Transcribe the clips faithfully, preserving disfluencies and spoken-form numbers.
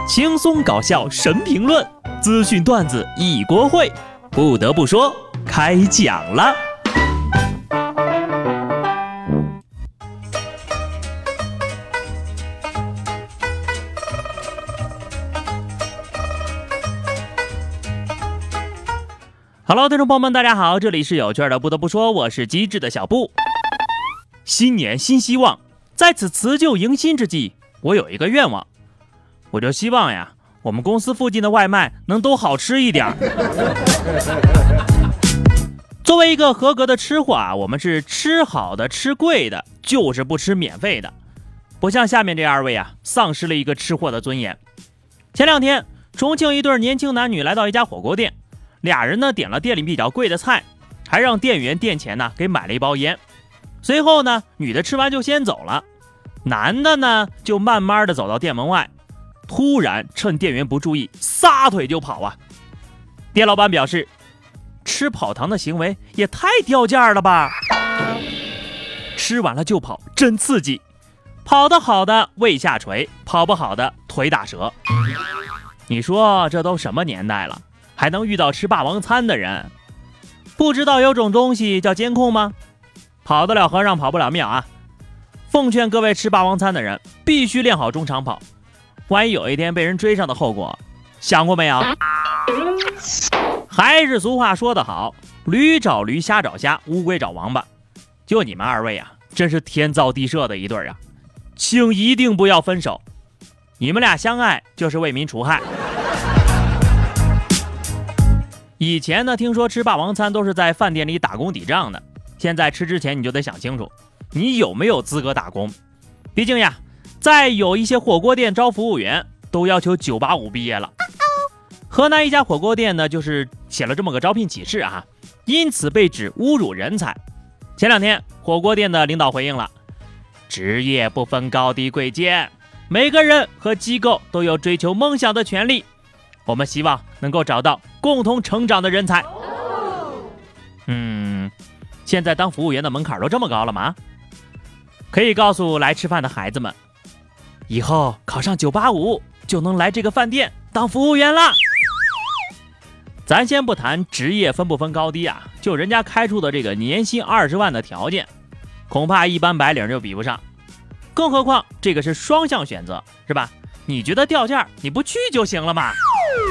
轻松搞笑神评论，资讯段子一锅烩。不得不说，开讲了。Hello， 听众朋友们，大家好，这里是有趣的。不得不说，我是机智的小布。新年新希望，在此辞旧迎新之际，我有一个愿望，我就希望呀，我们公司附近的外卖能都好吃一点。作为一个合格的吃货啊，我们是吃好的吃贵的，就是不吃免费的，不像下面这二位啊，丧失了一个吃货的尊严。前两天，重庆一对年轻男女来到一家火锅店，俩人呢点了店里比较贵的菜，还让店员店前呢给买了一包烟。随后呢，女的吃完就先走了，男的呢就慢慢的走到店门外，突然趁店员不注意撒腿就跑啊。店老板表示，吃跑堂的行为也太掉价了吧，吃完了就跑真刺激，跑得好的胃下垂，跑不好的腿打折。你说这都什么年代了，还能遇到吃霸王餐的人？不知道有种东西叫监控吗？跑得了和尚跑不了庙啊！奉劝各位吃霸王餐的人，必须练好中长跑，万一有一天被人追上的后果，想过没有？还是俗话说得好，驴找驴，虾找虾，乌龟找王八。就你们二位啊，真是天造地设的一对啊！请一定不要分手，你们俩相爱就是为民除害。以前呢，听说吃霸王餐都是在饭店里打工抵账的，现在吃之前你就得想清楚，你有没有资格打工？毕竟呀，在有一些火锅店招服务员都要求九八五毕业了。河南一家火锅店呢，就是写了这么个招聘启事啊，因此被指侮辱人才。前两天，火锅店的领导回应了，职业不分高低贵贱，每个人和机构都有追求梦想的权利。我们希望能够找到共同成长的人才。嗯，现在当服务员的门槛都这么高了吗？可以告诉来吃饭的孩子们，以后考上九八五就能来这个饭店当服务员啦。咱先不谈职业分不分高低啊，就人家开出的这个年薪二十万的条件，恐怕一般白领就比不上。更何况这个是双向选择，是吧？你觉得掉价，你不去就行了嘛。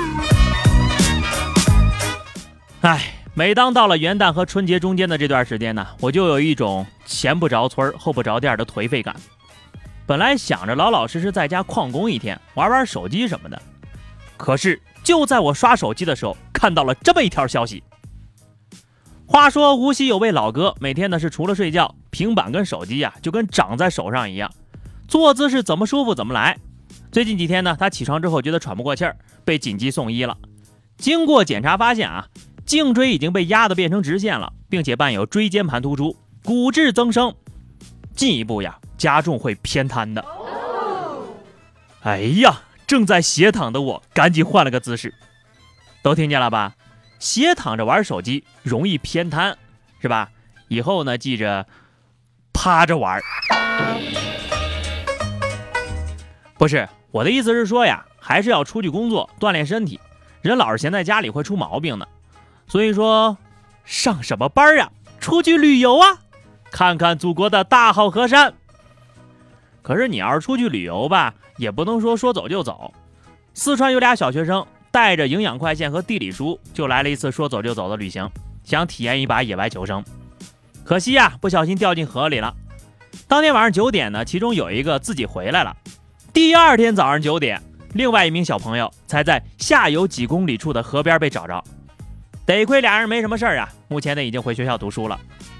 唉，每当到了元旦和春节中间的这段时间呢，我就有一种前不着村后不着店的颓废感。本来想着老老实实在家旷工一天，玩玩手机什么的，可是就在我刷手机的时候，看到了这么一条消息。话说无锡有位老哥，每天呢是除了睡觉，平板跟手机呀、啊、就跟长在手上一样，坐姿是怎么舒服怎么来。最近几天呢，他起床之后觉得喘不过气儿，被紧急送医了。经过检查发现啊，颈椎已经被压得变成直线了，并且伴有椎间盘突出、骨质增生，进一步呀加重会偏瘫的。哎呀，正在斜躺的我赶紧换了个姿势。都听见了吧？斜躺着玩手机容易偏瘫，是吧？以后呢记着趴着玩。不是，我的意思是说呀，还是要出去工作锻炼身体，人老是闲在家里会出毛病的。所以说，上什么班呀？出去旅游啊，看看祖国的大好河山。可是你要是出去旅游吧，也不能说说走就走。四川有俩小学生带着营养快线和地理书，就来了一次说走就走的旅行，想体验一把野外求生。可惜呀，不小心掉进河里了。当天晚上九点呢，其中有一个自己回来了。第二天早上九点，另外一名小朋友才在下游几公里处的河边被找着。得亏俩人没什么事儿啊，目前呢已经回学校读书了。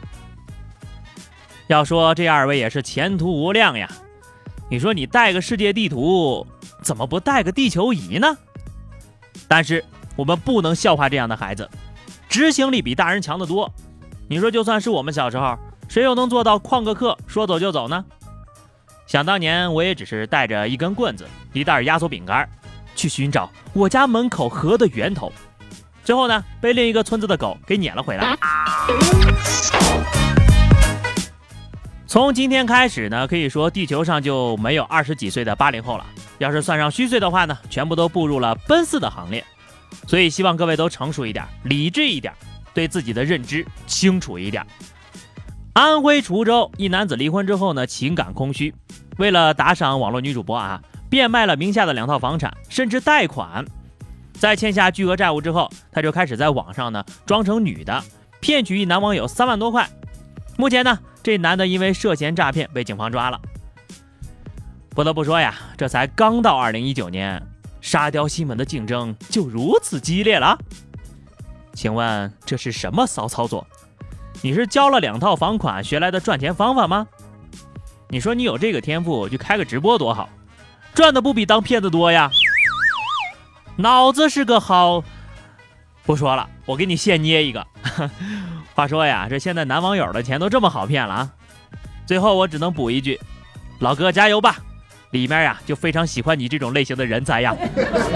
要说这二位也是前途无量呀，你说你带个世界地图，怎么不带个地球仪呢？但是我们不能笑话这样的孩子，执行力比大人强得多。你说就算是我们小时候，谁又能做到旷个课说走就走呢？想当年我也只是带着一根棍子，一袋压缩饼干，去寻找我家门口河的源头，最后呢被另一个村子的狗给撵了回来。 从今天开始呢，可以说地球上就没有二十几岁的八零后了。要是算上虚岁的话呢，全部都步入了奔四的行列。所以希望各位都成熟一点，理智一点，对自己的认知清楚一点。安徽滁州一男子离婚之后呢，情感空虚，为了打赏网络女主播啊，变卖了名下的两套房产，甚至贷款。在欠下巨额债务之后，他就开始在网上呢装成女的，骗取一男网友三万多块。目前呢，这男的因为涉嫌诈骗被警方抓了。不得不说呀，这才刚到二零一九年，沙雕新闻的竞争就如此激烈了。请问这是什么骚操作？你是交了两套房款学来的赚钱方法吗？你说你有这个天赋，就开个直播多好，赚的不比当骗子多呀？脑子是个好，不说了，我给你现捏一个。话说呀，这现在男网友的钱都这么好骗了啊！最后我只能补一句，老哥加油吧！里面呀就非常喜欢你这种类型的人才呀。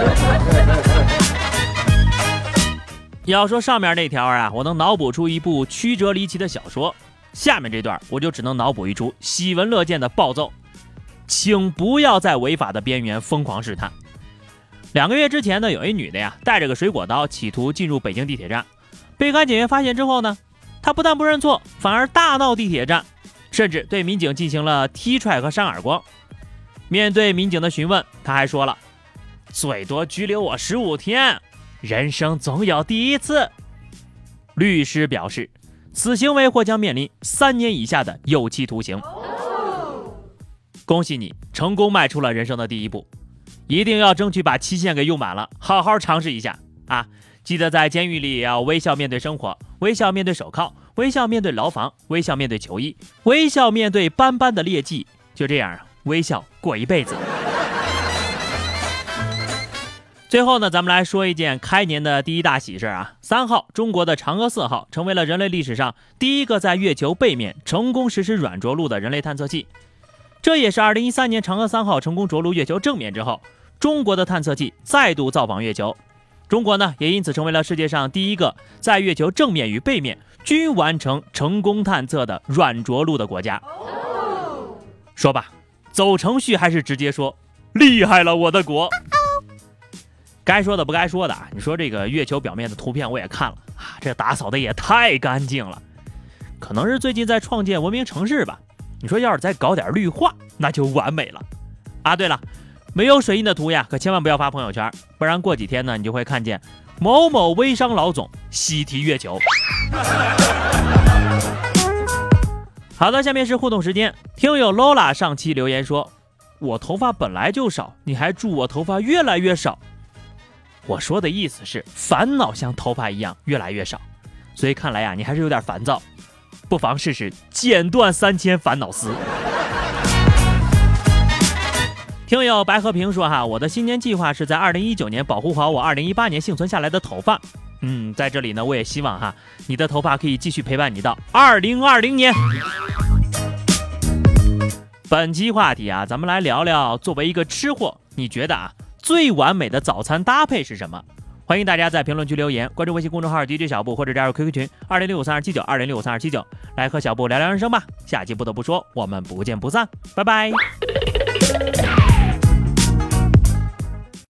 要说上面那条啊，我能脑补出一部曲折离奇的小说，下面这段我就只能脑补一出喜闻乐见的暴揍。请不要在违法的边缘疯狂试探。两个月之前呢，有一女的呀，带着个水果刀企图进入北京地铁站，被安检员发现之后呢，她不但不认错，反而大闹地铁站，甚至对民警进行了踢踹和扇耳光。面对民警的询问，她还说了，最多拘留我十五天，人生总有第一次。律师表示，此行为或将面临三年以下的有期徒刑。恭喜你成功迈出了人生的第一步，一定要争取把期限给用满了，好好尝试一下啊！记得在监狱里也要微笑面对生活，微笑面对手铐，微笑面对牢房，微笑面对囚衣，微笑面对斑斑的劣迹，就这样微笑过一辈子。最后呢，咱们来说一件开年的第一大喜事啊！三号，中国的嫦娥四号成为了人类历史上第一个在月球背面成功实施软着陆的人类探测器。这也是二零一三年嫦娥三号成功着陆月球正面之后，中国的探测器再度造访月球。中国呢，也因此成为了世界上第一个在月球正面与背面均完成成功探测的软着陆的国家。说吧，走程序还是直接说厉害了我的国？该说的不该说的，你说这个月球表面的图片我也看了啊，这打扫的也太干净了，可能是最近在创建文明城市吧。你说要是再搞点绿化，那就完美了啊！对了，没有水印的图呀，可千万不要发朋友圈，不然过几天呢，你就会看见某某微商老总喜提月球。好的，下面是互动时间。听友 Lola 上期留言说，我头发本来就少，你还祝我头发越来越少。我说的意思是烦恼像头发一样越来越少，所以看来呀，你还是有点烦躁，不妨试试剪断三千烦恼丝。听友白和平说哈，我的新年计划是在二零一九年保护好我二零一八年幸存下来的头发。嗯，在这里呢，我也希望哈，你的头发可以继续陪伴你到二零二零年。本期话题啊，咱们来聊聊，作为一个吃货，你觉得啊，最完美的早餐搭配是什么？欢迎大家在评论区留言，关注微信公众号 D J 小布，或者加入 Q Q 群二零六五三二七九二零六五三二七九，来和小布聊聊人生吧。下期不得不说，我们不见不散，拜拜。